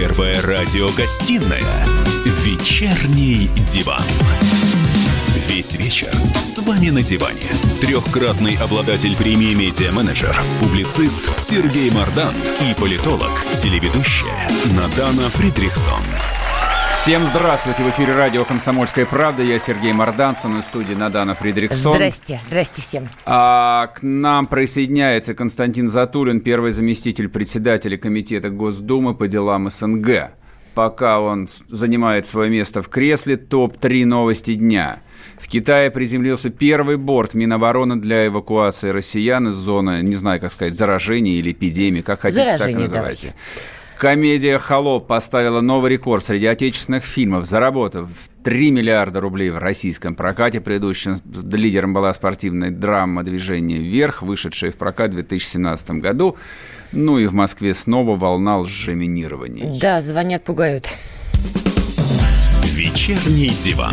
Первая радиогостинная «Вечерний диван». Весь вечер с вами на диване. Трехкратный обладатель премии «Медиа-менеджер», публицист Сергей Мардан и политолог, телеведущая Надана Фридрихсон. Всем здравствуйте! В эфире радио «Комсомольская правда». Я Сергей Мардан, со мной в студии Надана Фридрихсон. Здрасте всем. К нам присоединяется Константин Затулин, первый заместитель председателя Комитета Госдумы по делам СНГ. Пока он занимает свое место в кресле, топ-3 новости дня. В Китае приземлился первый борт Минобороны для эвакуации россиян из зоны, не знаю, как сказать, заражения или эпидемии, как хотите, так и называйте. Давай. Комедия «Холоп» поставила новый рекорд среди отечественных фильмов, заработав 3 миллиарда рублей в российском прокате. Предыдущим лидером была спортивная драма «Движение вверх», вышедшая в прокат в 2017 году. Ну и в Москве снова волна лжеминирований. Да, звонят, пугают. Вечерний диван.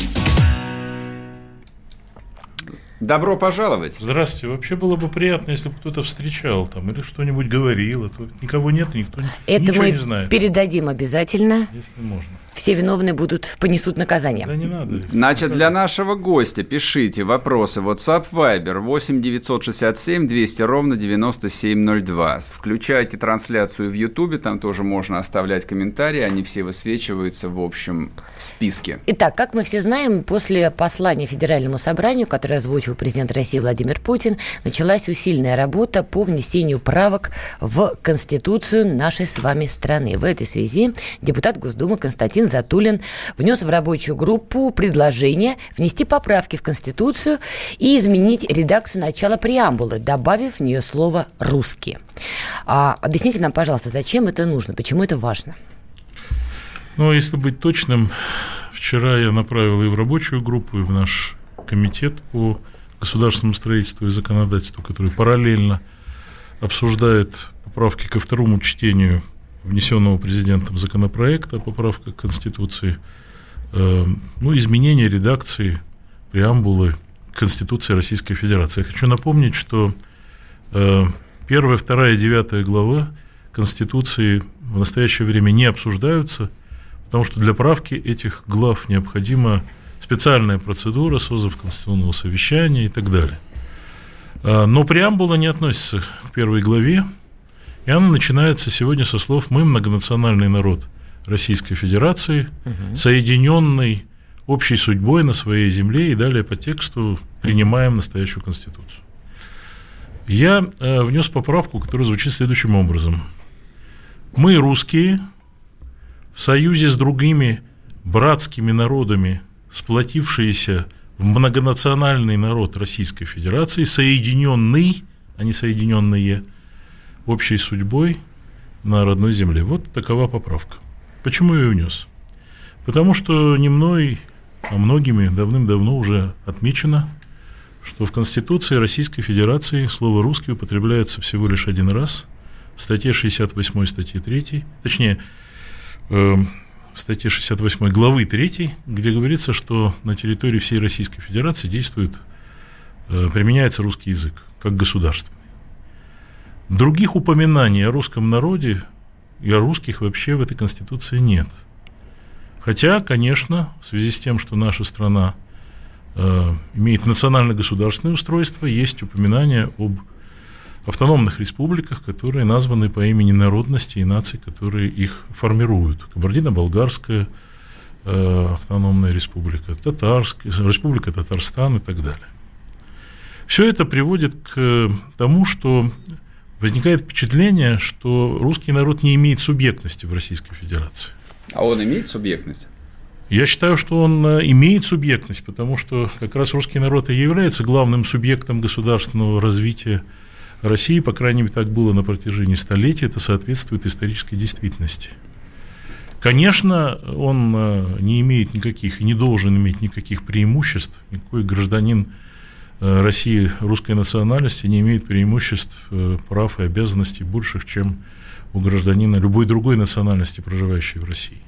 Добро пожаловать. Здравствуйте. Вообще было бы приятно, если бы кто-то встречал там или что-нибудь говорил. А то никого нет, никто ничего не знает. Это мы передадим обязательно. Если можно. Все виновные понесут наказание. Да не надо. Значит, для нашего гостя пишите вопросы. WhatsApp, Viber 8 967 200 ровно 9702. Включайте трансляцию в Ютубе, там тоже можно оставлять комментарии, они все высвечиваются в общем списке. Итак, как мы все знаем, после послания Федеральному собранию, которое озвучил президент России Владимир Путин, началась усиленная работа по внесению правок в Конституцию нашей с вами страны. В этой связи депутат Госдумы Константин Затулин внес в рабочую группу предложение внести поправки в Конституцию и изменить редакцию начала преамбулы, добавив в нее слово «русские». Объясните нам, пожалуйста, зачем это нужно, почему это важно? Ну, если быть точным, вчера я направил и в рабочую группу, и в наш комитет по государственному строительству и законодательству, который параллельно обсуждает поправки ко второму чтению внесенного президентом законопроекта, поправка к Конституции, изменение редакции преамбулы Конституции Российской Федерации. Я хочу напомнить, что 1, 2 и 9 глава Конституции в настоящее время не обсуждаются, потому что для правки этих глав необходима специальная процедура, созыв конституционного совещания и так далее. Но преамбула не относится к 1 главе, и она начинается сегодня со слов «Мы многонациональный народ Российской Федерации, соединенный общей судьбой на своей земле», и далее по тексту принимаем настоящую Конституцию. Я внес поправку, которая звучит следующим образом. «Мы, русские, в союзе с другими братскими народами, сплотившиеся в многонациональный народ Российской Федерации, соединенный, а не соединенные, общей судьбой на родной земле». Вот такова поправка. Почему я ее внес? Потому что не мной, а многими давным-давно уже отмечено, что в Конституции Российской Федерации слово «русский» употребляется всего лишь один раз, в статье 68 статьи 3, точнее, в статье 68 главы 3, где говорится, что на территории всей Российской Федерации применяется русский язык как государственный. Других упоминаний о русском народе и о русских вообще в этой Конституции нет. Хотя, конечно, в связи с тем, что наша страна имеет национально-государственное устройство, есть упоминания об автономных республиках, которые названы по имени народности и наций, которые их формируют. Кабардино-Балкарская автономная республика, Республика Татарстан и так далее. Все это приводит к тому, что возникает впечатление, что русский народ не имеет субъектности в Российской Федерации. А он имеет субъектность? Я считаю, что он имеет субъектность, потому что как раз русский народ и является главным субъектом государственного развития России, по крайней мере, так было на протяжении столетий, это соответствует исторической действительности. Конечно, он не имеет никаких и не должен иметь никаких преимуществ, никакой гражданин России русской национальности не имеет преимуществ, прав и обязанностей больших, чем у гражданина любой другой национальности, проживающей в России.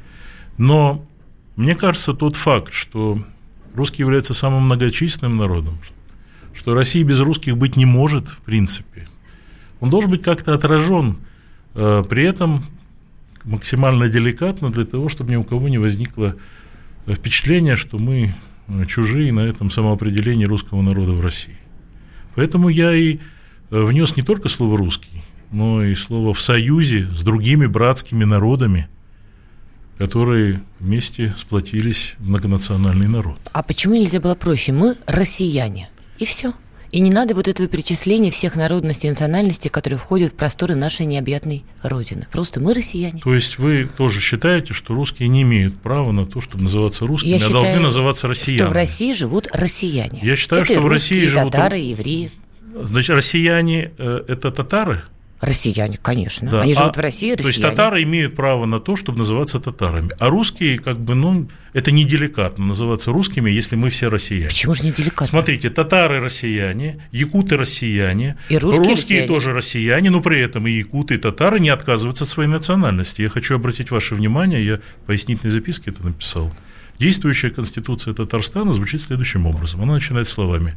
Но мне кажется, тот факт, что русские являются самым многочисленным народом, что России без русских быть не может, в принципе, он должен быть как-то отражен. При этом, максимально деликатно для того, чтобы ни у кого не возникло впечатление, что мы чужие на этом самоопределении русского народа в России. Поэтому я и внес не только слово «русский», но и слово «в союзе с другими братскими народами», которые вместе сплотились в многонациональный народ. А почему нельзя было проще? Мы россияне. И все. И не надо вот этого перечисления всех народностей и национальностей, которые входят в просторы нашей необъятной Родины. Просто мы россияне. То есть вы тоже считаете, что русские не имеют права на то, чтобы называться русскими, а должны называться россиянами? Что в России живут россияне. Я считаю, это что в русские, России живут татары, евреи. Значит, россияне – это татары? Россияне, конечно. Да. Они живут в России, россияне. То есть татары имеют право на то, чтобы называться татарами. А русские, это неделикатно называться русскими, если мы все россияне. Почему же неделикатно? Смотрите, татары россияне, якуты россияне, и русские россияне. Тоже россияне, но при этом и якуты, и татары не отказываются от своей национальности. Я хочу обратить ваше внимание, я в пояснительной записке это написал. Действующая Конституция Татарстана звучит следующим образом. Она начинает словами: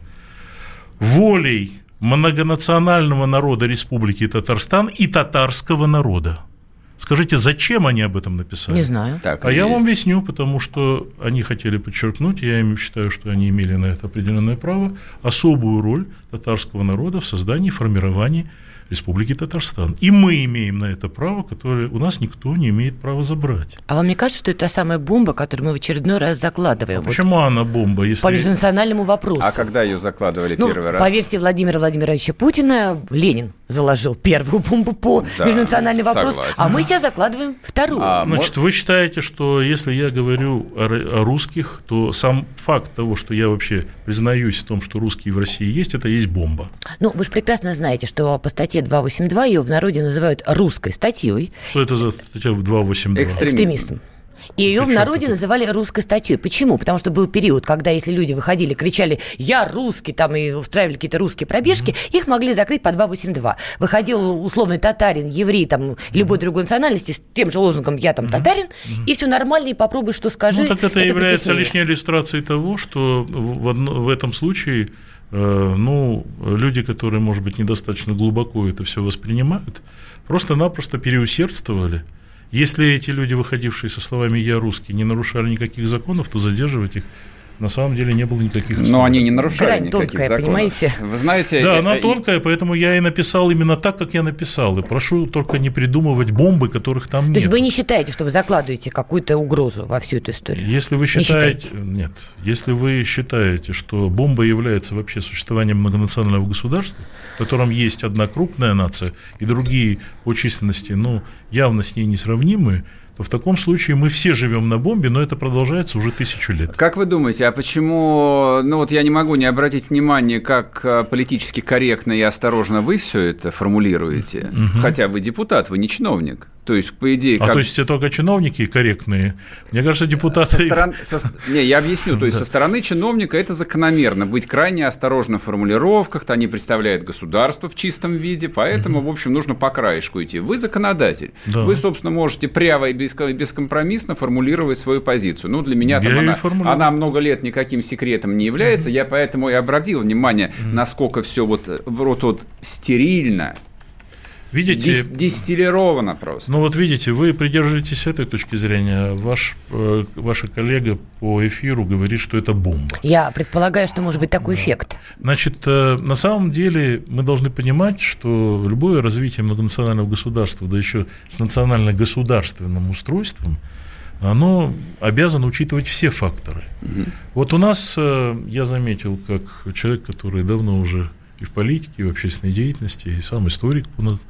«Волей многонационального народа Республики Татарстан и татарского народа». Скажите, зачем они об этом написали? Не знаю. Так, я вам объясню, потому что они хотели подчеркнуть, я им считаю, что они имели на это определенное право, особую роль татарского народа в создании и формировании Республики Татарстан. И мы имеем на это право, которое у нас никто не имеет права забрать. А вам не кажется, что это та самая бомба, которую мы в очередной раз закладываем? Почему она бомба? Если... По межнациональному вопросу. А когда ее закладывали первый раз? По версии Владимира Владимировича Путина, Ленин заложил первую бомбу по межнациональному вопросу, а мы сейчас закладываем вторую. Значит, вы считаете, что если я говорю о русских, то сам факт того, что я вообще признаюсь в том, что русские в России есть, это есть бомба? Вы же прекрасно знаете, что по статье 282 ее в народе называют русской статьей. Что это за статья 282? Экстремизм. И ее в народе называли русской статьей. Почему? Потому что был период, когда если люди выходили, кричали «я русский», там, и устраивали какие-то русские пробежки, их могли закрыть по 282. Выходил условный татарин, еврей, там, любой другой национальности с тем же лозунгом «я там татарин», и все нормально, и попробуй, что скажи. Так это является лишней иллюстрацией того, что в этом случае люди, которые, может быть, недостаточно глубоко это все воспринимают, просто-напросто переусердствовали. Если эти люди, выходившие со словами «я русский», не нарушали никаких законов, то задерживать их на самом деле не было никаких оснований. Но они не нарушали грань никаких тонкая, законов. Понимаете? Вы знаете... Да, она тонкая, поэтому я и написал именно так, как я написал. И прошу только не придумывать бомбы, которых там нет. То есть вы не считаете, что вы закладываете какую-то угрозу во всю эту историю? Если вы считаете... Нет. Если вы считаете, что бомба является вообще существованием многонационального государства, в котором есть одна крупная нация и другие по численности, явно с ней несравнимые, то в таком случае мы все живем на бомбе, но это продолжается уже 1000 лет. Как вы думаете, а почему, я не могу не обратить внимание, как политически корректно и осторожно вы все это формулируете, хотя вы депутат, вы не чиновник. То есть, по идее... то есть, только чиновники корректные? Мне кажется, депутаты... Я объясню. То есть, со стороны чиновника это закономерно. Быть крайне осторожным в формулировках. Они представляют государство в чистом виде. Поэтому, в общем, нужно по краешку идти. Вы законодатель. Да. Вы, собственно, можете прямо и бескомпромиссно формулировать свою позицию. Для меня она много лет никаким секретом не является. Я поэтому и обратил внимание, насколько все вот стерильно. Видите, дистиллировано просто. Видите, вы придерживаетесь этой точки зрения. Ваша коллега по эфиру говорит, что это бомба. Я предполагаю, что может быть такой эффект. Значит, на самом деле мы должны понимать, что любое развитие многонационального государства, да еще с национально-государственным устройством, оно обязано учитывать все факторы. Вот у нас, я заметил, как человек, который давно уже и в политике, и в общественной деятельности, и сам историк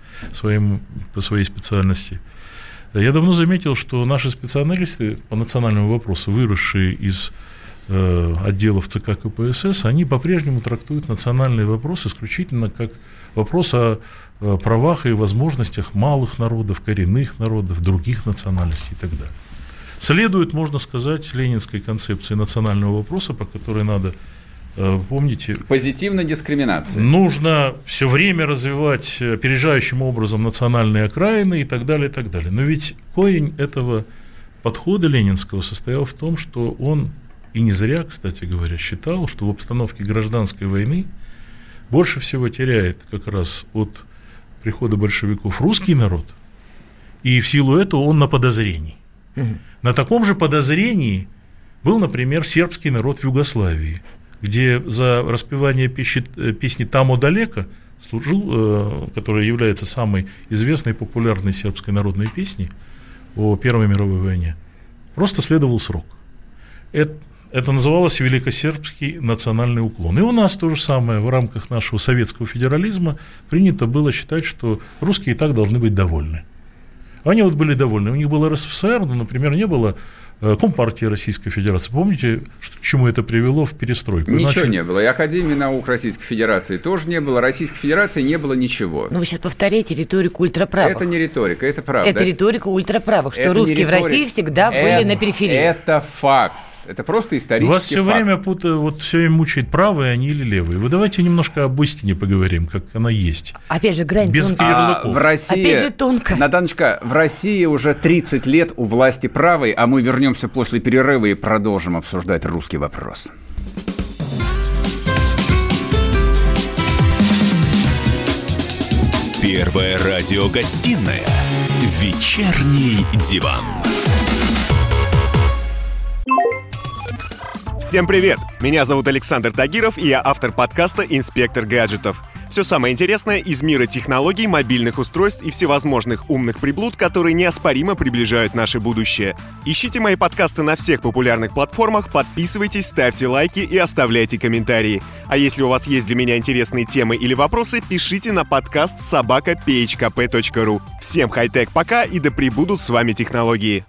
по своей специальности. Я давно заметил, что наши специалисты по национальному вопросу, выросшие из отделов ЦК КПСС, они по-прежнему трактуют национальный вопрос исключительно как вопрос о правах и возможностях малых народов, коренных народов, других национальностей и так далее. Следует, можно сказать, ленинской концепции национального вопроса, по которой надо... Помните, позитивная дискриминация. Нужно все время развивать опережающим образом национальные окраины и так далее, и так далее. Но ведь корень этого подхода ленинского состоял в том, что он, и не зря, кстати говоря, считал, что в обстановке гражданской войны больше всего теряет как раз от прихода большевиков русский народ И в силу этого он на подозрении. На таком же подозрении был, например, сербский народ в Югославии, где за распевание песни «Тамо далеко» служил, которая является самой известной и популярной сербской народной песней о Первой мировой войне, просто следовал срок. Это называлось великосербский национальный уклон. И у нас то же самое в рамках нашего советского федерализма принято было считать, что русские и так должны быть довольны. Они вот были довольны. У них был РСФСР, но, например, не было Компартии Российской Федерации. Помните, к чему это привело в перестройку? Ничего не было. И Академии наук Российской Федерации тоже не было. Российской Федерации не было ничего. Ну, вы сейчас повторяете риторику ультраправых. Это не риторика, это правда. Это риторика ультраправых, что русские в России всегда были на периферии. Это факт. Это просто исторический факт. Вас все время все время мучает, правые они или левые. Вы давайте немножко об истине поговорим, как она есть. Опять же, грань без в России, опять же, тонко. Натаночка, в России уже 30 лет у власти правой, а мы вернемся после перерыва и продолжим обсуждать русский вопрос. Первая радиогостинная «Вечерний диван». Всем привет! Меня зовут Александр Тагиров, и я автор подкаста «Инспектор гаджетов». Все самое интересное из мира технологий, мобильных устройств и всевозможных умных приблуд, которые неоспоримо приближают наше будущее. Ищите мои подкасты на всех популярных платформах, подписывайтесь, ставьте лайки и оставляйте комментарии. А если у вас есть для меня интересные темы или вопросы, пишите на подкаст @phkp.ru. Всем хай-тек пока, и да пребудут с вами технологии.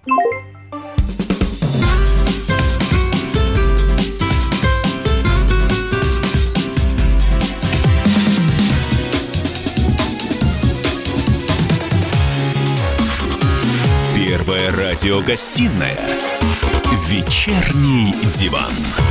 Первая радиогостинная «Вечерний диван».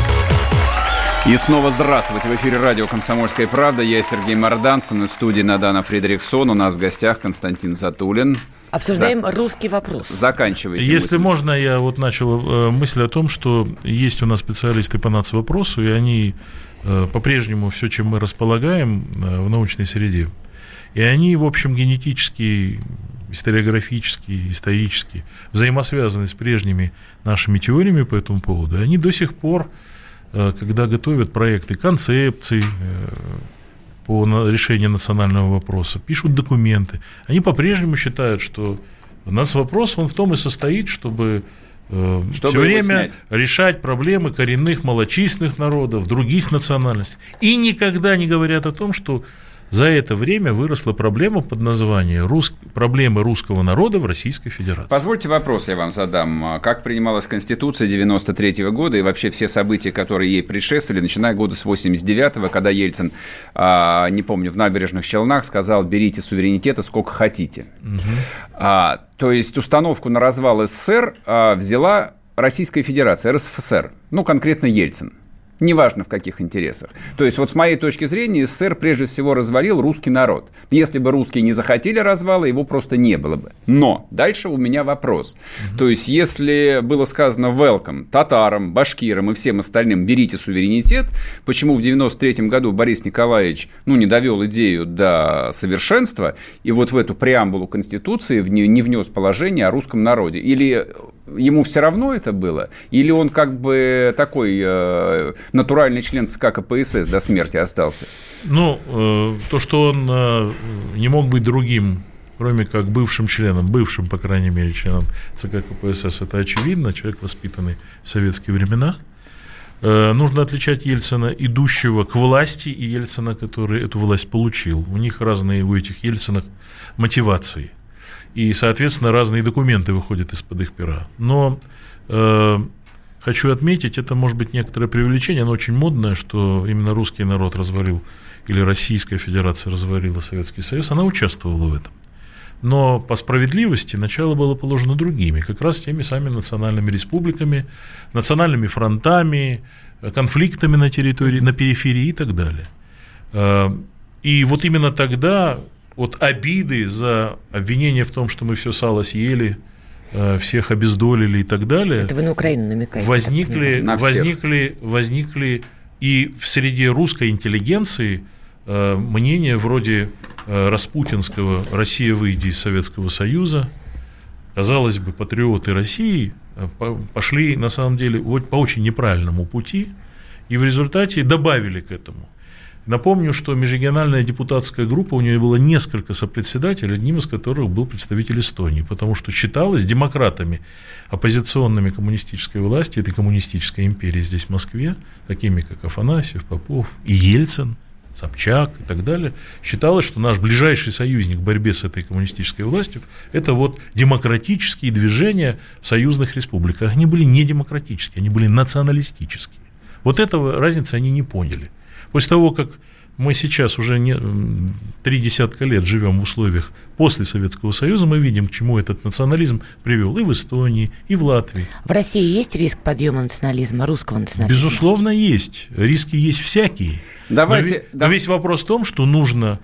И снова здравствуйте. В эфире радио «Комсомольская правда». Я Сергей Мордансон. В студии Надана Фредериксон. У нас в гостях Константин Затулин. Обсуждаем русский вопрос. Заканчивайте. Если можно, я вот начал мысль о том, что есть у нас специалисты по нацвопросу, и они по-прежнему все, чем мы располагаем в научной среде, и они, в общем, генетически, историографически, исторически взаимосвязаны с прежними нашими теориями по этому поводу. Они до сих пор, когда готовят проекты концепций по решению национального вопроса, пишут документы, они по-прежнему считают, что нацвопрос он в том и состоит, чтобы все время решать проблемы коренных малочисленных народов, других национальностей. И никогда не говорят о том, что за это время выросла проблема под названием «Проблемы русского народа в Российской Федерации». Позвольте вопрос я вам задам. Как принималась Конституция 93 года и вообще все события, которые ей предшествовали, начиная года с 89-го, когда Ельцин, не помню, в Набережных Челнах сказал: берите суверенитета сколько хотите. То есть установку на развал СССР взяла Российская Федерация, РСФСР, конкретно Ельцин. Неважно, в каких интересах. То есть, вот с моей точки зрения, СССР прежде всего развалил русский народ. Если бы русские не захотели развала, его просто не было бы. Но дальше у меня вопрос. То есть, если было сказано welcome татарам, башкирам и всем остальным берите суверенитет, почему в 93 году Борис Николаевич не довел идею до совершенства и вот в эту преамбулу Конституции не внес положение о русском народе? Или ему все равно это было? Или он как бы такой натуральный член ЦК КПСС до смерти остался? То, что он не мог быть другим, кроме как бывшим, по крайней мере, членом ЦК КПСС, это очевидно. Человек, воспитанный в советские времена. Нужно отличать Ельцина, идущего к власти, и Ельцина, который эту власть получил. У них разные, у этих Ельцинах, мотивации. И, соответственно, разные документы выходят из-под их пера. Но хочу отметить, это может быть некоторое преувеличение, оно очень модное, что именно русский народ развалил, или Российская Федерация развалила Советский Союз, она участвовала в этом. Но по справедливости начало было положено другими, как раз теми самыми национальными республиками, национальными фронтами, конфликтами на территории, на периферии и так далее. И вот именно тогда вот обиды за обвинение в том, что мы все сало съели, всех обездолили и так далее. Это вы на Украину намекаете. Возникли и в среде русской интеллигенции мнения вроде распутинского «Россия, выйди из Советского Союза», казалось бы, патриоты России пошли, на самом деле, по очень неправильному пути и в результате добавили к этому. Напомню, что межрегиональная депутатская группа, у нее было несколько сопредседателей, одним из которых был представитель Эстонии, потому что считалось демократами, оппозиционными коммунистической власти, этой коммунистической империи здесь, в Москве, такими как Афанасьев, Попов и Ельцин, Собчак и так далее, считалось, что наш ближайший союзник в борьбе с этой коммунистической властью – это вот демократические движения в союзных республиках. Они были не демократические, они были националистические. Вот этого разницы они не поняли. После того, как мы сейчас уже 30 лет живем в условиях после Советского Союза, мы видим, к чему этот национализм привел и в Эстонии, и в Латвии. В России есть риск подъема национализма, русского национализма? Безусловно, есть. Риски есть всякие. Но весь вопрос в том, что нужно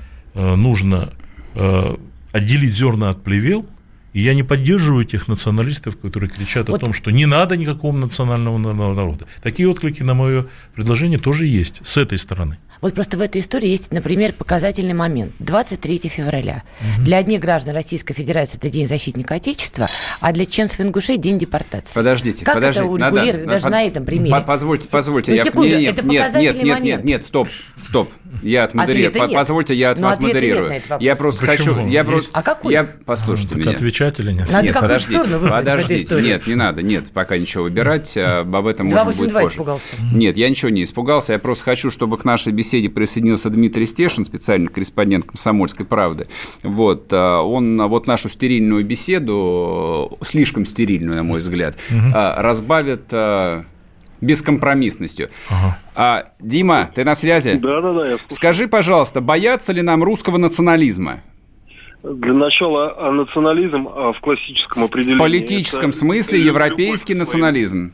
отделить зерна от плевел. И я не поддерживаю тех националистов, которые кричат о том, что не надо никакого национального народа. Такие отклики на мое предложение тоже есть с этой стороны. Вот просто в этой истории есть, например, показательный момент. 23 февраля. Для одних граждан Российской Федерации это День защитника Отечества, а для чеченцев и ингушей День депортации. Подождите. Как это урегулировать даже на этом примере? Позвольте. Ну, секунду, это показательный момент. Нет, стоп. Я отмодерирую. Позвольте, я отмодерирую. Я просто хочу... А какой? Послушайте меня. Отвечать или нет? Надо какую-то сторону выбрать в этой истории. Нет, не надо. Нет, пока ничего выбирать. Об этом можно будет позже. 282 испугался. Нет, я ничего не испугался. Я просто хочу, чтобы к нашей беседе присоединился Дмитрий Стешин, специальный корреспондент «Комсомольской правды». Вот, он вот нашу стерильную беседу, слишком стерильную, на мой взгляд, разбавит бескомпромиссностью. Дима, ты на связи? Да, я слушаю. Скажи, пожалуйста, боятся ли нам русского национализма? Для начала, национализм в классическом определении... В политическом смысле европейский национализм.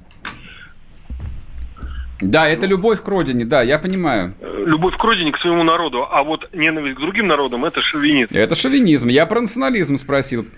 Да, это любовь к родине, да, я понимаю. Любовь к родине, к своему народу, а вот ненависть к другим народам – это шовинизм. Это шовинизм. Я про национализм спросил.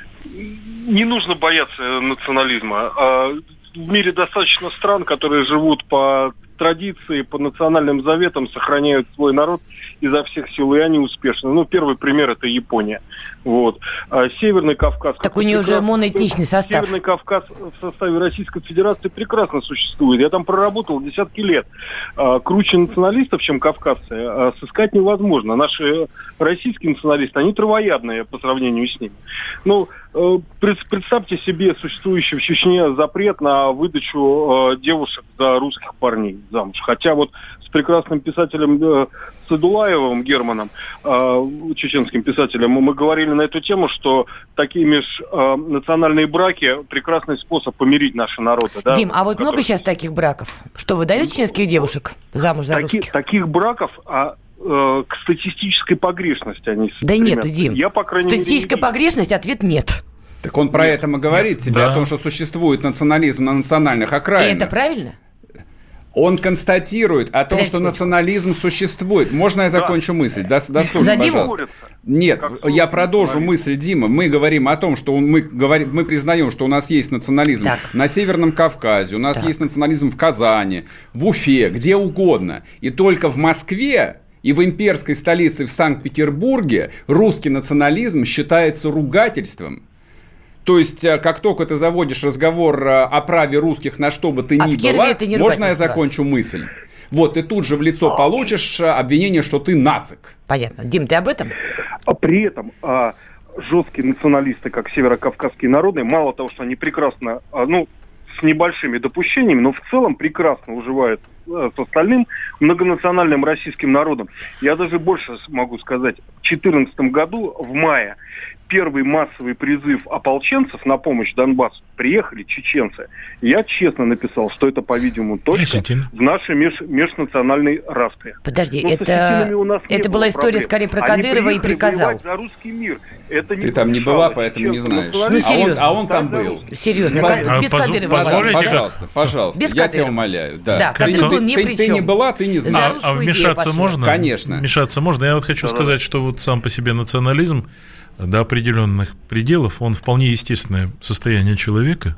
Не нужно бояться национализма. В мире достаточно стран, которые живут по традиции, по национальным заветам, сохраняют свой народ изо всех сил, и они успешны. Ну, первый пример – это Япония. Вот. Северный Кавказ… Так у нее уже моноэтничный состав. Северный Кавказ в составе Российской Федерации прекрасно существует. Я там проработал десятки лет. Круче националистов, чем кавказцы, сыскать невозможно. Наши российские националисты, они травоядные по сравнению с ними. Ну, представьте себе существующий в Чечне запрет на выдачу девушек за русских парней замуж. Хотя вот с прекрасным писателем Садулаевым Германом, чеченским писателем, мы говорили на эту тему, что такие межнациональные браки – прекрасный способ помирить наши народы. Да? Дим, а вот много сейчас таких браков? Что, выдают чеченских девушек замуж за русских? Таких браков… к статистической погрешности они стремятся. Да нету, Дим. Я, по крайней мере, статистическая погрешность, ответ нет. Так он про это и говорит тебе, о том, что существует национализм на национальных окраинах. И это правильно? Он констатирует о том, что национализм существует. Можно я закончу мысль? Дослушай, пожалуйста. Нет, я продолжу мысль, Дима. Мы говорим о том, что мы признаем, что у нас есть национализм на Северном Кавказе, у нас есть национализм в Казани, в Уфе, где угодно. И только в Москве и в имперской столице в Санкт-Петербурге русский национализм считается ругательством. То есть, как только ты заводишь разговор о праве русских на что бы ты ни была, можно я закончу мысль? Вот, ты тут же в лицо получишь обвинение, что ты нацик. Понятно. Дим, ты об этом? При этом жесткие националисты, как северокавказские народы, мало того, что они прекрасно, с небольшими допущениями, но в целом прекрасно уживают с остальным многонациональным российским народом. Я даже больше могу сказать. В 2014 году, в мае, первый массовый призыв ополченцев на помощь Донбассу приехали чеченцы. Я честно написал, что это, по-видимому, точка в нашей межнациональной расте. Подожди, это была история скорее про Кадырова и приказал. За русский мир. Это ты там не была, поэтому не знаешь. Ну, серьезно. А он там был. Серьезно. Без Кадырова. Пожалуйста. Я тебя умоляю. Да, Кадыров был ни при чем. Ты не была, ты не знаешь. А вмешаться можно? Конечно. Вмешаться можно. Я вот хочу сказать, что вот сам по себе национализм до определенных пределов, он вполне естественное состояние человека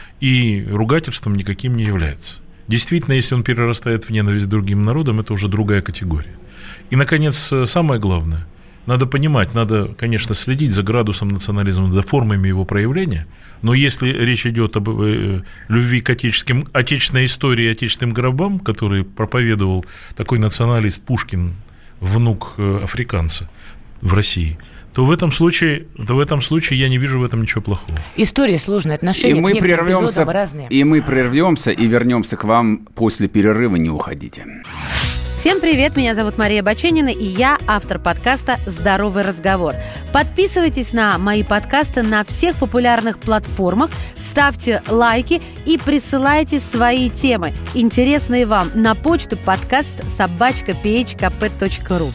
и ругательством никаким не является. Действительно, если он перерастает в ненависть к другим народам, это уже другая категория. И, наконец, самое главное, надо понимать, надо, конечно, следить за градусом национализма, за формами его проявления, но если речь идет об любви к отечественной истории и отечественным гробам, который проповедовал такой националист Пушкин, внук африканца в России, то в этом случае я не вижу в этом ничего плохого. История сложная, отношения к некоторым эпизодам разные. И мы прервемся и вернемся к вам после перерыва, не уходите. Всем привет, меня зовут Мария Баченина, и я автор подкаста «Здоровый разговор». Подписывайтесь на мои подкасты на всех популярных платформах, ставьте лайки и присылайте свои темы, интересные вам, на почту podcast@phkp.ru.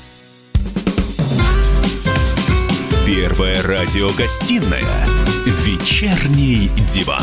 Первая радиогостинная «Вечерний диван».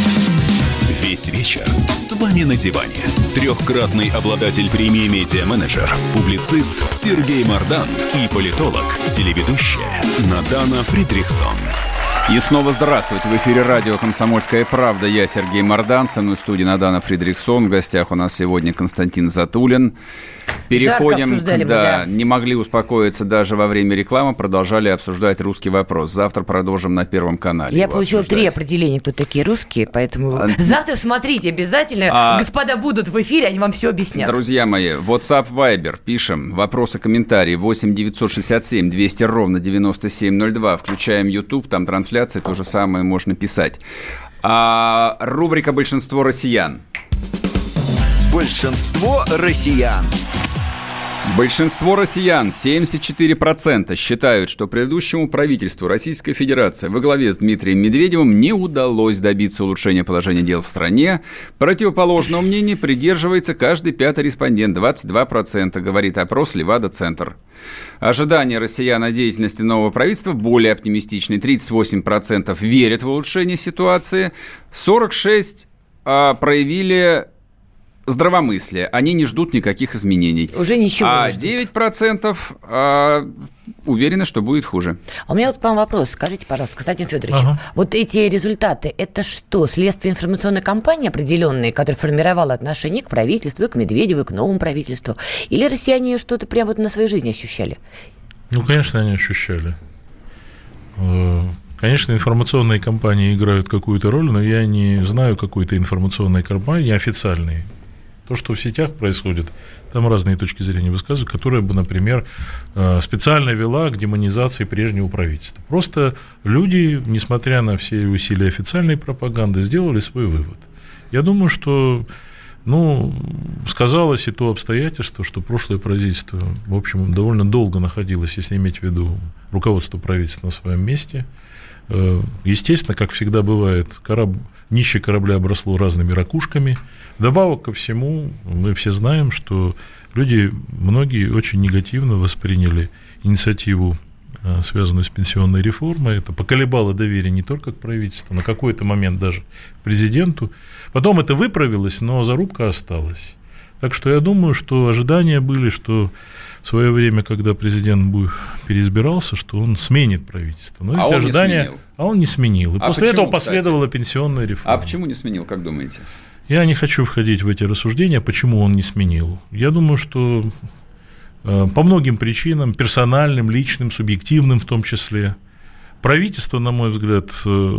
Весь вечер с вами на диване. Трехкратный обладатель премии «Медиа-менеджер», публицист Сергей Мардан и политолог, телеведущая Надана Фридрихсон. И снова здравствуйте. В эфире радио «Комсомольская правда». Я Сергей Мардан, со мной в студии Надана Фридрихсон. В гостях у нас сегодня Константин Затулин. Переходим, не могли успокоиться даже во время рекламы, продолжали обсуждать русский вопрос. Завтра продолжим на Первом канале. Я получила 3 определения, кто такие русские, поэтому завтра смотрите обязательно. Господа будут в эфире, они вам все объяснят. Друзья мои, WhatsApp, Viber, пишем, вопросы, комментарии, 8 967 200 ровно 9702. Включаем YouTube, там трансляция, то же самое можно писать. Рубрика «Большинство россиян». Большинство россиян. Большинство россиян, 74%, считают, что предыдущему правительству Российской Федерации во главе с Дмитрием Медведевым не удалось добиться улучшения положения дел в стране. Противоположного мнения придерживается каждый 5-й респондент, 22%, говорит опрос Левада-Центр. Ожидания россиян о деятельности нового правительства более оптимистичны. 38% верят в улучшение ситуации, 46% проявили здравомыслие. Они не ждут никаких изменений. Уже ничего не ждут. 9% уверены, что будет хуже. А у меня вот к вам вопрос. Скажите, пожалуйста, Константин Федорович, вот эти результаты, это что, следствие информационной кампании определенной, которая формировала отношение к правительству, и к Медведеву, и к новому правительству? Или россияне что-то прямо вот на своей жизни ощущали? Ну, конечно, они ощущали. Конечно, информационные кампании играют какую-то роль, но я не знаю какой-то информационной кампании официальной. То, что в сетях происходит, там разные точки зрения высказывают, которая бы, например, специально вела к демонизации прежнего правительства. Просто люди, несмотря на все усилия официальной пропаганды, сделали свой вывод. Я думаю, что сказалось и то обстоятельство, что прошлое правительство, в общем, довольно долго находилось, если иметь в виду руководство правительства на своем месте. Естественно, как всегда бывает, днище корабля обросло разными ракушками. Вдобавок ко всему, мы все знаем, что многие очень негативно восприняли инициативу, связанную с пенсионной реформой. Это поколебало доверие не только к правительству, на какой-то момент даже к президенту. Потом это выправилось, но зарубка осталась. Так что я думаю, что ожидания были, что в свое время, когда президент переизбирался, что он сменит правительство. Но эти ожидания, он не сменил. И после этого последовала пенсионная реформа. А почему не сменил, как думаете? Я не хочу входить в эти рассуждения, почему он не сменил. Я думаю, что по многим причинам, персональным, личным, субъективным в том числе, правительство, на мой взгляд,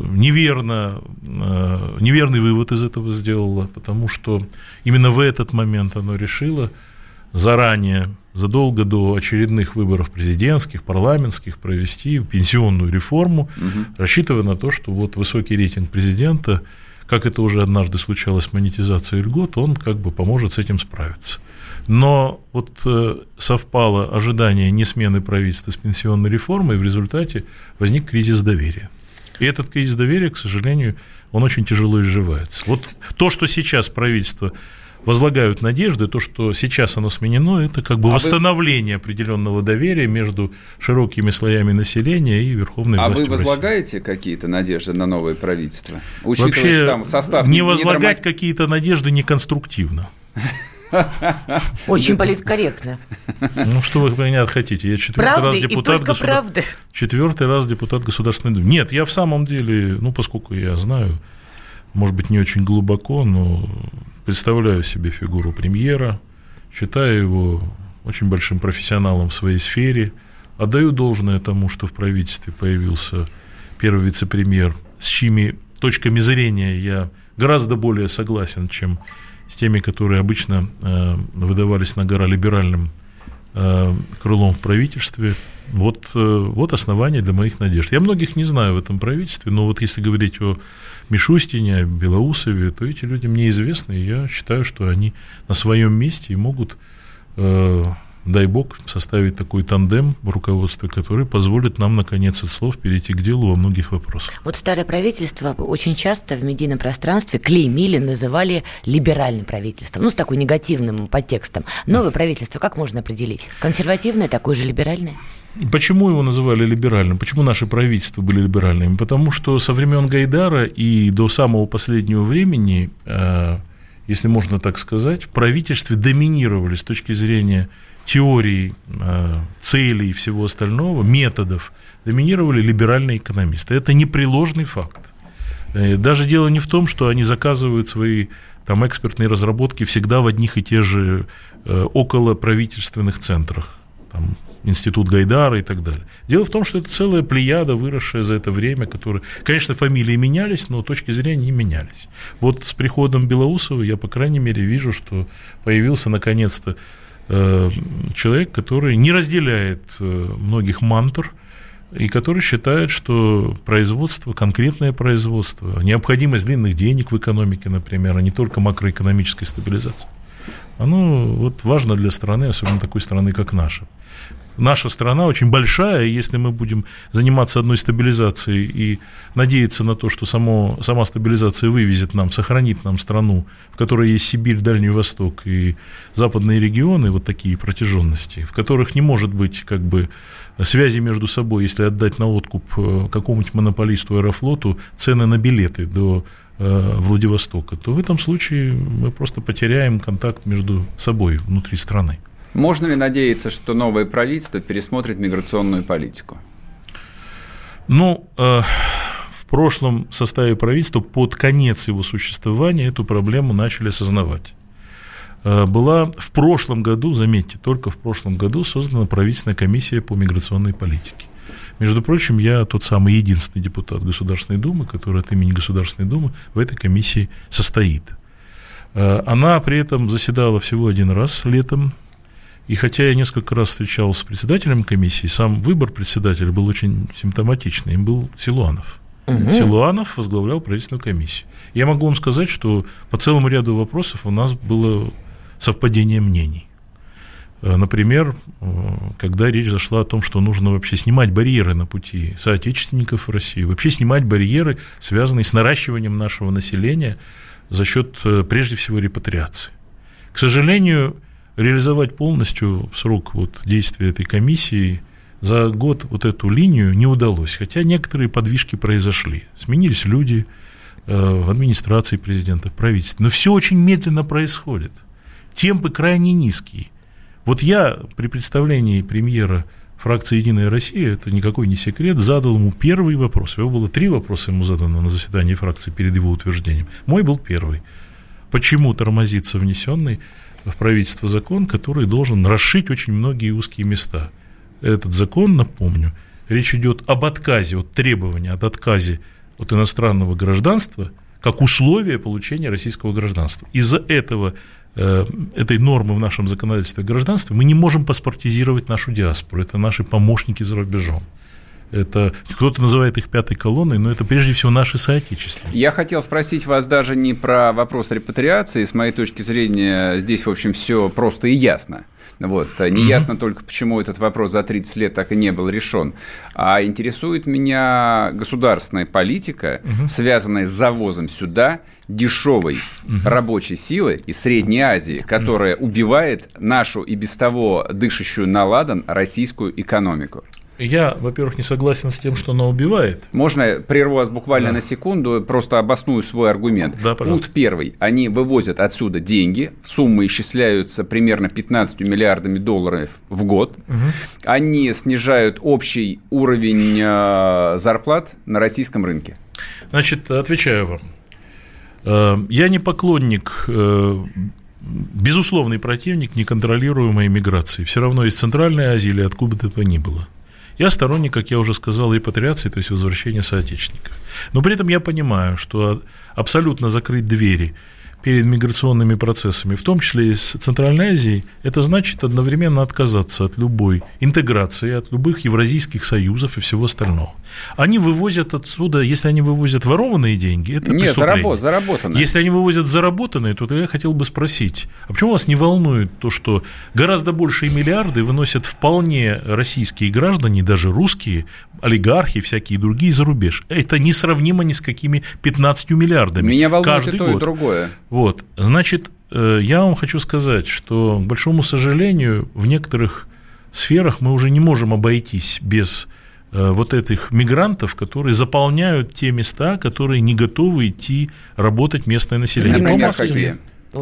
неверный вывод из этого сделало, потому что именно в этот момент оно решило заранее, задолго до очередных выборов президентских, парламентских, провести пенсионную реформу, рассчитывая на то, что вот высокий рейтинг президента, как это уже однажды случалось с монетизацией льгот, он как бы поможет с этим справиться. Но вот совпало ожидание несмены правительства с пенсионной реформой, и в результате возник кризис доверия. И этот кризис доверия, к сожалению, он очень тяжело изживается. Вот то, что сейчас правительство возлагают надежды, то, что сейчас оно сменено, это как бы восстановление определенного доверия между широкими слоями населения и верховной властью. А вы возлагаете какие-то надежды на новое правительство? Учитывая, вообще, что там состав не возлагать какие-то надежды неконструктивно. Очень политкорректно. Ну, что вы от меня хотите? Я четвертый раз депутат Государственной Думы. Нет, я в самом деле, поскольку я знаю, может быть, не очень глубоко, но представляю себе фигуру премьера, считаю его очень большим профессионалом в своей сфере, отдаю должное тому, что в правительстве появился первый вице-премьер, с чьими точками зрения я гораздо более согласен, чем с теми, которые обычно выдавались на гора либеральным крылом в правительстве. Вот основание для моих надежд. Я многих не знаю в этом правительстве, но вот если говорить о Мишустине, о Белоусове, то эти люди мне известны, и я считаю, что они на своем месте и могут, дай бог, составить такой тандем в руководстве, который позволит нам, наконец, от слов перейти к делу во многих вопросах. Вот старое правительство очень часто в медийном пространстве клеймили, называли либеральным правительством, с такой негативным подтекстом. Новое правительство как можно определить? Консервативное, такое же либеральное? Почему его называли либеральным? Почему наши правительства были либеральными? Потому что со времен Гайдара и до самого последнего времени, если можно так сказать, в правительстве доминировали с точки зрения теорий, целей и всего остального, методов, доминировали либеральные экономисты. Это непреложный факт. Даже дело не в том, что они заказывают свои экспертные разработки всегда в одних и тех же околоправительственных центрах. Институт Гайдара и так далее. Дело в том, что это целая плеяда, выросшая за это время, которые, конечно, фамилии менялись, но точки зрения не менялись. Вот с приходом Белоусова я, по крайней мере, вижу, что появился наконец-то человек, который не разделяет многих мантр и который считает, что производство, конкретное производство, необходимость длинных денег в экономике, например, а не только макроэкономической стабилизации, оно важно для страны, особенно такой страны, как наша. Наша страна очень большая, и если мы будем заниматься одной стабилизацией и надеяться на то, что сама стабилизация вывезет нам, сохранит нам страну, в которой есть Сибирь, Дальний Восток и западные регионы, вот такие протяженности, в которых не может быть связи между собой, если отдать на откуп какому-нибудь монополисту Аэрофлоту цены на билеты до Владивостока, то в этом случае мы просто потеряем контакт между собой внутри страны. Можно ли надеяться, что новое правительство пересмотрит миграционную политику? В прошлом составе правительства под конец его существования эту проблему начали осознавать. Была в прошлом году, заметьте, только в прошлом году создана правительственная комиссия по миграционной политике. Между прочим, я тот самый единственный депутат Государственной Думы, который от имени Государственной Думы в этой комиссии состоит. Она при этом заседала всего один раз летом. И хотя я несколько раз встречался с председателем комиссии, сам выбор председателя был очень симптоматичный. Им был Силуанов. Силуанов возглавлял правительственную комиссию. Я могу вам сказать, что по целому ряду вопросов у нас было совпадение мнений. Например, когда речь зашла о том, что нужно вообще снимать барьеры на пути соотечественников в Россию, вообще снимать барьеры, связанные с наращиванием нашего населения за счет, прежде всего, репатриации. К сожалению, реализовать полностью в срок действия этой комиссии за год эту линию не удалось, хотя некоторые подвижки произошли. Сменились люди в администрации президента, в правительстве. Но все очень медленно происходит. Темпы крайне низкие. Я при представлении премьера фракции «Единая Россия», это никакой не секрет, задал ему первый вопрос. У него было 3 вопроса ему задано на заседании фракции перед его утверждением. Мой был первый. Почему тормозится внесенный в правительство закон, который должен расшить очень многие узкие места? Этот закон, напомню, речь идет об отказе от требования, от отказе от иностранного гражданства как условие получения российского гражданства. Из-за этой нормы в нашем законодательстве о гражданстве мы не можем паспортизировать нашу диаспору. Это наши помощники за рубежом. Это кто-то называет их пятой колонной, но это прежде всего наши соотечественники. Я хотел спросить вас даже не про вопрос репатриации. С моей точки зрения, здесь, в общем, все просто и ясно. Не ясно только, почему этот вопрос за 30 лет так и не был решен. А интересует меня государственная политика, связанная с завозом сюда дешевой рабочей силы из Средней Азии, которая убивает нашу и без того дышащую на ладан российскую экономику. Я, во-первых, не согласен с тем, что она убивает. Можно прерву вас буквально на секунду, просто обосную свой аргумент. Да, пожалуйста. Пункт первый. Они вывозят отсюда деньги, суммы исчисляются примерно 15 миллиардами долларов в год. Они снижают общий уровень зарплат на российском рынке. Значит, отвечаю вам. Я не поклонник, безусловный противник неконтролируемой миграции. Все равно из Центральной Азии или откуда бы то ни было. Я сторонник, как я уже сказал, репатриации, то есть возвращения соотечественников. Но при этом я понимаю, что абсолютно закрыть двери перед миграционными процессами, в том числе и с Центральной Азией, это значит одновременно отказаться от любой интеграции, от любых евразийских союзов и всего остального. Они вывозят отсюда, если они вывозят ворованные деньги, это преступление. Нет, заработанные. Если они вывозят заработанные, то я хотел бы спросить, а почему вас не волнует то, что гораздо большие миллиарды выносят вполне российские граждане, даже русские, олигархи, всякие другие за рубеж? Это несравнимо ни с какими 15 миллиардами. Меня волнует каждый и то, год. и другое. Вот, значит, я вам хочу сказать, что, к большому сожалению, в некоторых сферах мы уже не можем обойтись без вот этих мигрантов, которые заполняют те места, которые не готовы идти работать местное население. Например, по Москве.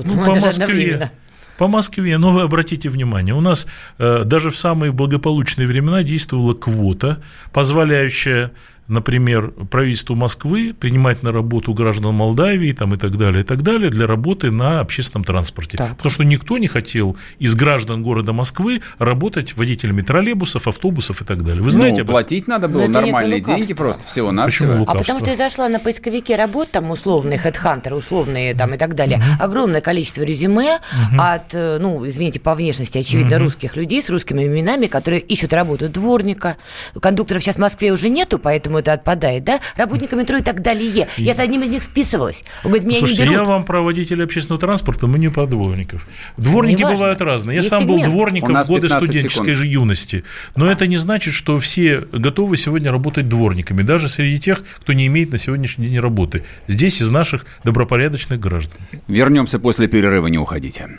По Москве, но вы обратите внимание, у нас даже в самые благополучные времена действовала квота, позволяющая, например, правительству Москвы принимать на работу граждан Молдавии там, и так далее, для работы на общественном транспорте. Так. Потому что никто не хотел из граждан города Москвы работать водителями троллейбусов, автобусов и так далее. Вы знаете, платить надо было нормальные деньги просто всего-навсего. А потому что я зашла на поисковике работ, там условные хедхантеры, условные там и так далее, огромное количество резюме от, извините, по внешности, очевидно, русских людей с русскими именами, которые ищут работу дворника. Кондукторов сейчас в Москве уже нету, поэтому это отпадает, да? Работника метро и так далее. Я с одним из них списывалась. Он говорит, меня слушайте, не берут. Я вам про водителей общественного транспорта, мы не про дворников. Дворники бывают разные. Я сам был дворником в годы студенческой же юности. Но это не значит, что все готовы сегодня работать дворниками, даже среди тех, кто не имеет на сегодняшний день работы. Здесь из наших добропорядочных граждан. Вернемся после перерыва, не уходите.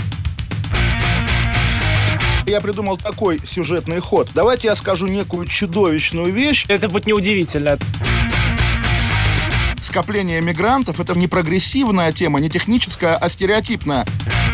Я придумал такой сюжетный ход. Давайте я скажу некую чудовищную вещь. Это будет неудивительно. Скопление мигрантов – это не прогрессивная тема, не техническая, а стереотипная.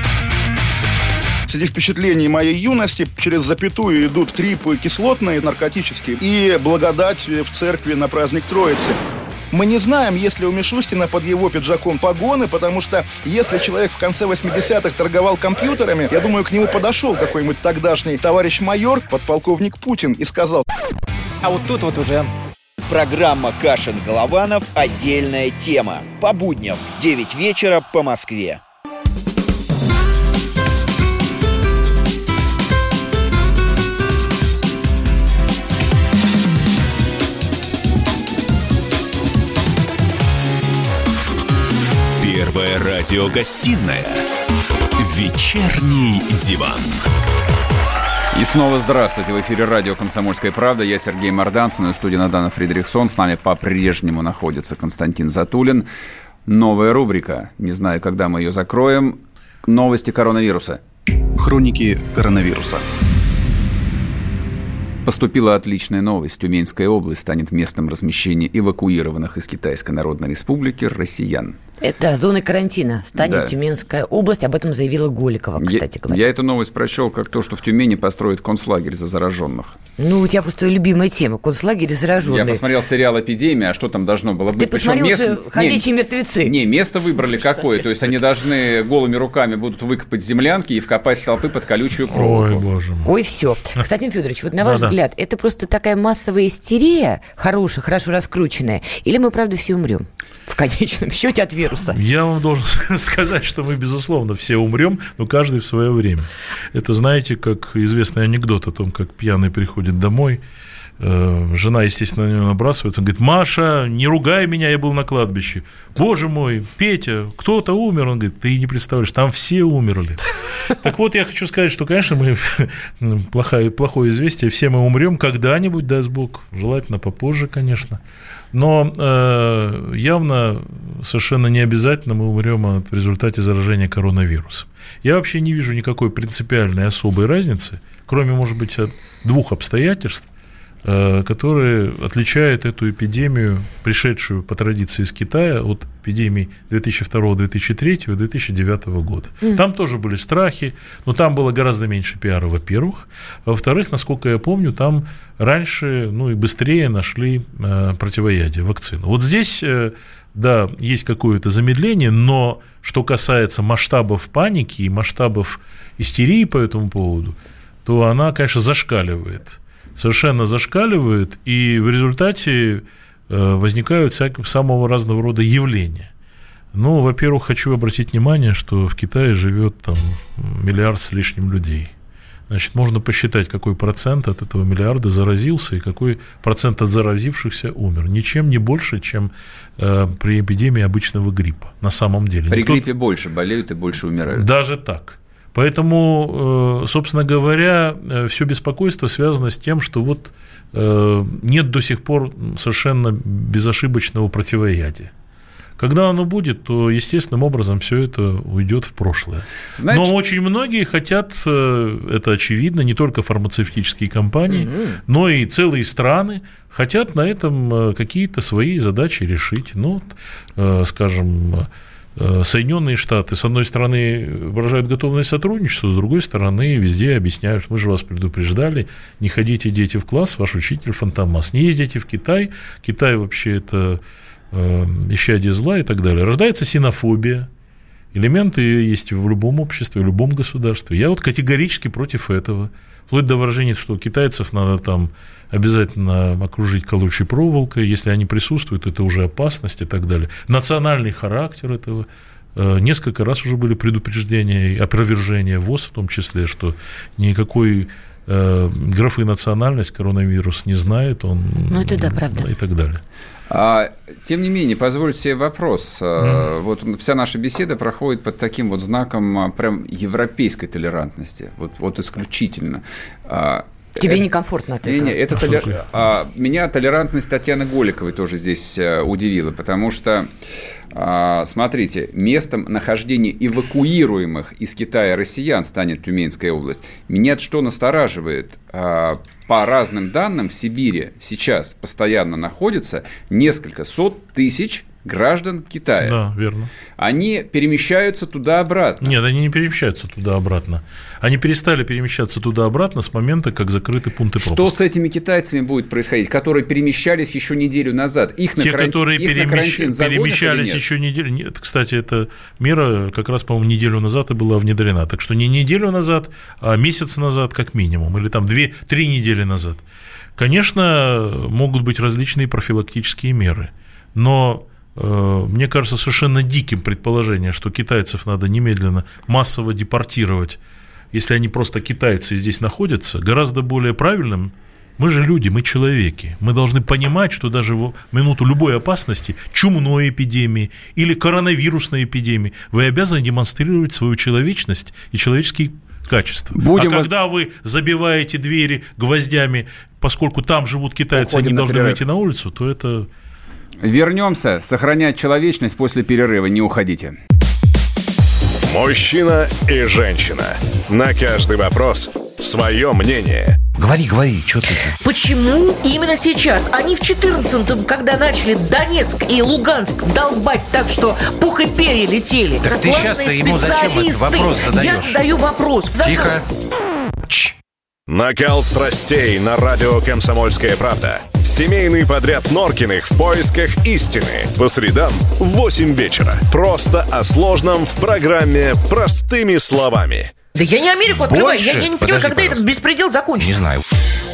Среди впечатлений моей юности через запятую идут трипы кислотные, наркотические, и благодать в церкви на праздник Троицы. Мы не знаем, есть ли у Мишустина под его пиджаком погоны, потому что если человек в конце 80-х торговал компьютерами, я думаю, к нему подошел какой-нибудь тогдашний товарищ майор, подполковник Путин, и сказал: а вот тут вот уже... Программа «Кашин-Голованов. Отдельная тема». По будням в 9 вечера по Москве. Первая радиогостинная «Вечерний диван». И снова здравствуйте. В эфире радио «Комсомольская правда». Я Сергей Морданцев, и студия Надана Фридрихсон. С нами по-прежнему находится Константин Затулин. Новая рубрика. Не знаю, когда мы ее закроем. Новости коронавируса. Хроники коронавируса. Поступила отличная новость. Тюменская область станет местом размещения эвакуированных из Китайской Народной Республики россиян. Это зоной карантина станет Тюменская область. Об этом заявила Голикова, кстати говоря. Я эту новость прочел как то, что в Тюмени построят концлагерь за зараженных. Ну, у тебя просто любимая тема. Концлагерь зараженные. Я посмотрел сериал «Эпидемия», а что там должно было быть? Ты посмотрел уже «Ходячие мертвецы». Не, место выбрали какое. То есть они должны голыми руками будут выкопать землянки и вкопать столпы под колючую проволоку. Ой, боже мой. Ой, все. Константин Федорович, вот на ваш взгляд, это просто такая массовая истерия, хорошая, хорошо раскрученная, или мы, правда, все умрем в конечном счете от вируса? Я вам должен сказать, что мы, безусловно, все умрем, но каждый в свое время. Это, знаете, как известный анекдот о том, как пьяный приходит домой, жена, естественно, на него набрасывается, он говорит: Маша, не ругай меня, я был на кладбище. Боже мой, Петя, кто-то умер. Он говорит: ты не представляешь, там все умерли. Так вот, я хочу сказать, что, конечно, плохое известие, все мы умрем когда-нибудь, даст Бог, желательно попозже, конечно. Но явно совершенно не обязательно мы умрем в результате заражения коронавирусом. Я вообще не вижу никакой принципиальной особой разницы, кроме, может быть, двух обстоятельств, которые отличают эту эпидемию, пришедшую по традиции из Китая, от эпидемий 2002, 2003 и 2009 года. Там тоже были страхи, но там было гораздо меньше пиара, во-первых. Во-вторых, насколько я помню, там раньше, и быстрее нашли противоядие, вакцину. Вот здесь, да, есть какое-то замедление, но что касается масштабов паники и масштабов истерии по этому поводу, то она, конечно, зашкаливает совершенно зашкаливает, и в результате возникают самого разного рода явления. Ну, во-первых, хочу обратить внимание, что в Китае живет там 1 миллиард с лишним людей. Значит, можно посчитать, какой процент от этого миллиарда заразился и какой процент от заразившихся умер. Ничем не больше, чем при эпидемии обычного гриппа, на самом деле. При гриппе больше болеют и больше умирают. Даже так. Поэтому, собственно говоря, все беспокойство связано с тем, что вот нет до сих пор совершенно безошибочного противоядия. Когда оно будет, то естественным образом все это уйдет в прошлое. Но очень многие хотят, это очевидно, не только фармацевтические компании, но и целые страны хотят на этом какие-то свои задачи решить. Ну, скажем, Соединенные Штаты, с одной стороны, выражают готовность сотрудничеству, с другой стороны, везде объясняют, мы же вас предупреждали, не ходите, дети, в класс, ваш учитель фантомас, не ездите в Китай, Китай вообще это исчадие зла и так далее. Рождается ксенофобия, элементы ее есть в любом обществе, в любом государстве. Я вот категорически против этого. Вплоть до выражения, что китайцев надо там обязательно окружить колючей проволокой, если они присутствуют, это уже опасность и так далее. Национальный характер этого. Несколько раз уже были предупреждения и опровержения ВОЗ в том числе, что никакой графы национальность коронавирус не знает, он это да, правда. И так далее. Тем не менее, позвольте себе вопрос. Вот вся наша беседа проходит под таким вот знаком прям европейской толерантности. Вот исключительно. Тебе некомфортно от этого? Меня толерантность Татьяны Голиковой тоже здесь удивила, потому что, смотрите, местом нахождения эвакуируемых из Китая россиян станет Тюменская область. Меня что настораживает? По разным данным, в Сибири сейчас постоянно находится несколько сот тысяч граждан Китая. Да, верно. Они перемещаются туда-обратно. Нет, они не перемещаются туда-обратно. Они перестали перемещаться туда-обратно с момента, как закрыты пункты пропуска. Что с этими китайцами будет происходить, которые перемещались еще неделю назад? Которые перемещались еще неделю... Нет, кстати, эта мера как раз, по-моему, неделю назад и была внедрена. Так что не неделю назад, а месяц назад как минимум. Или там 2-3 недели назад. Конечно, могут быть различные профилактические меры. Но... мне кажется, совершенно диким предположение, что китайцев надо немедленно массово депортировать, если они просто китайцы здесь находятся. Гораздо более правильным, мы же люди, мы человеки, мы должны понимать, что даже в минуту любой опасности, чумной эпидемии или коронавирусной эпидемии, вы обязаны демонстрировать свою человечность и человеческие качества. Когда вы забиваете двери гвоздями, поскольку там живут китайцы, они должны выйти на улицу, то это... Вернемся, сохранять человечность после перерыва, не уходите. Мужчина и женщина. На каждый вопрос свое мнение. Говори, что ты? Почему именно сейчас? Они в 14-м, когда начали Донецк и Луганск долбать так, что пух и перья летели. Так ты сейчас-то ему зачем этот вопрос задаешь? Я задаю вопрос. Тихо. Накал страстей на радио «Комсомольская правда». Семейный подряд Норкиных в поисках истины. По средам в 8 вечера. Просто о сложном в программе «Простыми словами». Да я не Америку открываю. Я не понимаю, когда этот беспредел закончится. Не знаю.